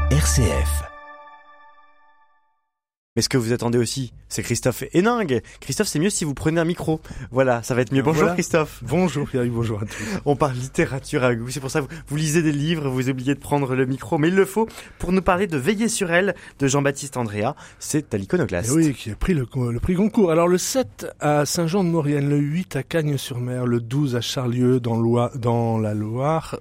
RCF. Mais ce que vous attendez aussi, c'est Christophe Héningue. Christophe, c'est mieux si vous prenez un micro. Voilà, ça va être mieux. Bonjour voilà. Christophe. Bonjour Pierre, bonjour à tous. On parle littérature avec vous, c'est pour ça que vous lisez des livres, vous oubliez de prendre le micro, mais il le faut pour nous parler de Veiller sur elle de Jean-Baptiste Andréa. C'est à l'Iconoclaste. Et oui, qui a pris le prix Goncourt. Alors le 7 à Saint-Jean-de-Maurienne, le 8 à Cagnes-sur-Mer, le 12 à Charlieu dans la Loire,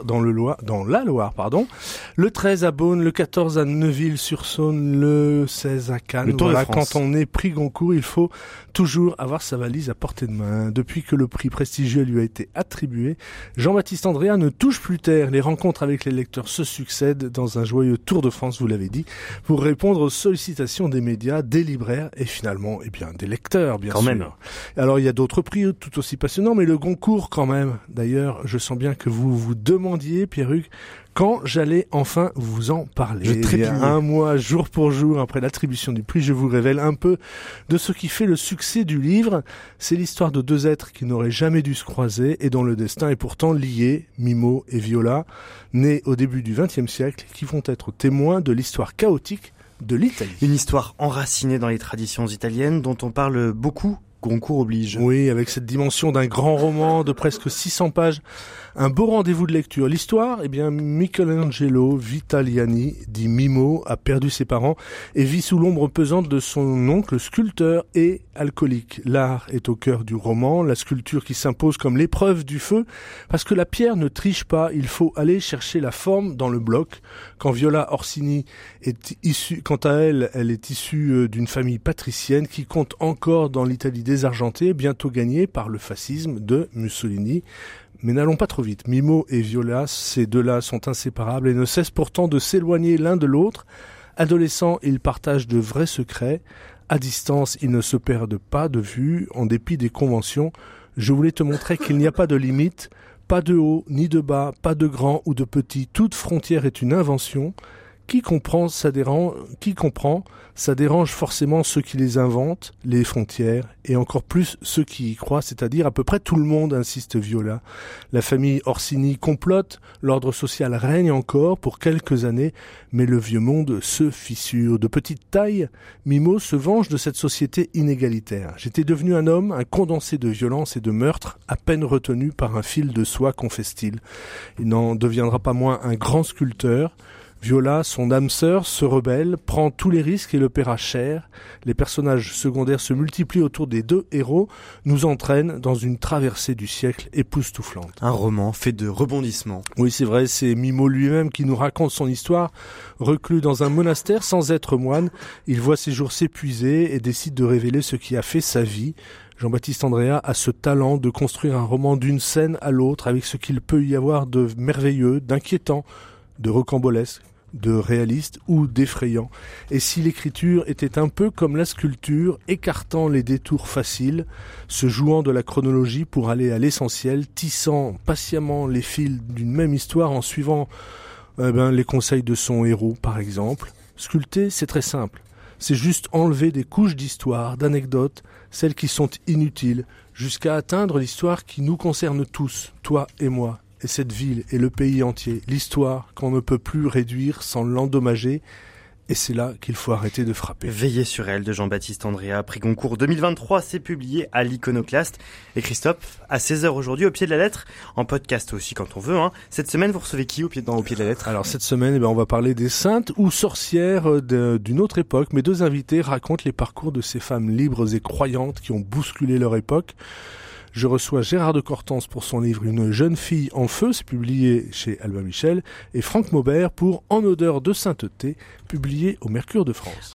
le 13 à Beaune, le 14 à Neuville-sur-Saône, le 16 à Cannes. Voilà, quand on est prix Goncourt, il faut toujours avoir sa valise à portée de main. Depuis que le prix prestigieux lui a été attribué, Jean-Baptiste Andréa ne touche plus terre. Les rencontres avec les lecteurs se succèdent dans un joyeux tour de France, vous l'avez dit, pour répondre aux sollicitations des médias, des libraires et finalement, des lecteurs, bien sûr. Même. Alors, il y a d'autres prix tout aussi passionnants, mais le Goncourt quand même. D'ailleurs, je sens bien que vous vous demandiez, Pierre-Hugues, quand j'allais enfin vous en parler. Il y a un mois, jour pour jour, après l'attribution du prix, je vous révèle un peu de ce qui fait le succès du livre. C'est l'histoire de deux êtres qui n'auraient jamais dû se croiser et dont le destin est pourtant lié, Mimo et Viola, nés au début du XXe siècle, qui vont être témoins de l'histoire chaotique de l'Italie. Une histoire enracinée dans les traditions italiennes dont on parle beaucoup. Goncourt oblige. Oui, avec cette dimension d'un grand roman de presque 600 pages. Un beau rendez-vous de lecture. L'histoire, Michelangelo Vitaliani, dit Mimo, a perdu ses parents et vit sous l'ombre pesante de son oncle sculpteur et alcoolique. L'art est au cœur du roman, la sculpture qui s'impose comme l'épreuve du feu, parce que la pierre ne triche pas, il faut aller chercher la forme dans le bloc. Quand Viola Orsini est issue, quant à elle, elle est issue d'une famille patricienne qui compte encore dans l'Italie désargentée, bientôt gagnée par le fascisme de Mussolini. Mais n'allons pas trop vite. Mimo et Viola, ces deux-là sont inséparables et ne cessent pourtant de s'éloigner l'un de l'autre. Adolescents, ils partagent de vrais secrets. À distance, ils ne se perdent pas de vue, en dépit des conventions. Je voulais te montrer qu'il n'y a pas de limite, pas de haut ni de bas, pas de grand ou de petit. Toute frontière est une invention. Qui comprend, ça dérange forcément ceux qui les inventent, les frontières, et encore plus ceux qui y croient, c'est-à-dire à peu près tout le monde, insiste Viola. La famille Orsini complote, l'ordre social règne encore pour quelques années, mais le vieux monde se fissure. De petite taille, Mimo se venge de cette société inégalitaire. J'étais devenu un homme, un condensé de violence et de meurtre, à peine retenu par un fil de soie, confesse-t-il. Il n'en deviendra pas moins un grand sculpteur. Viola, son âme sœur, se rebelle, prend tous les risques et le paiera cher. Les personnages secondaires se multiplient autour des deux héros, nous entraînent dans une traversée du siècle époustouflante. Un roman fait de rebondissements. Oui, c'est vrai, c'est Mimo lui-même qui nous raconte son histoire. Reclus dans un monastère sans être moine, il voit ses jours s'épuiser et décide de révéler ce qui a fait sa vie. Jean-Baptiste Andréa a ce talent de construire un roman d'une scène à l'autre avec ce qu'il peut y avoir de merveilleux, d'inquiétant, de rocambolesque, de réaliste ou d'effrayant. Et si l'écriture était un peu comme la sculpture, écartant les détours faciles, se jouant de la chronologie pour aller à l'essentiel, tissant patiemment les fils d'une même histoire en suivant les conseils de son héros, par exemple. Sculpter, c'est très simple. C'est juste enlever des couches d'histoire, d'anecdotes, celles qui sont inutiles, jusqu'à atteindre l'histoire qui nous concerne tous, toi et moi. Et cette ville et le pays entier, l'histoire qu'on ne peut plus réduire sans l'endommager, et c'est là qu'il faut arrêter de frapper. Veiller sur elle de Jean-Baptiste Andréa, prix Goncourt 2023, c'est publié à l'Iconoclaste. Et Christophe, à 16h aujourd'hui, au pied de la lettre, en podcast aussi quand on veut. Cette semaine, vous recevez qui au pied de la lettre ? Alors cette semaine, on va parler des saintes ou sorcières d'une autre époque. Mes deux invités racontent les parcours de ces femmes libres et croyantes qui ont bousculé leur époque. Je reçois Gérard de Cortance pour son livre Une jeune fille en feu, c'est publié chez Albin Michel, et Franck Maubert pour En odeur de sainteté, publié au Mercure de France.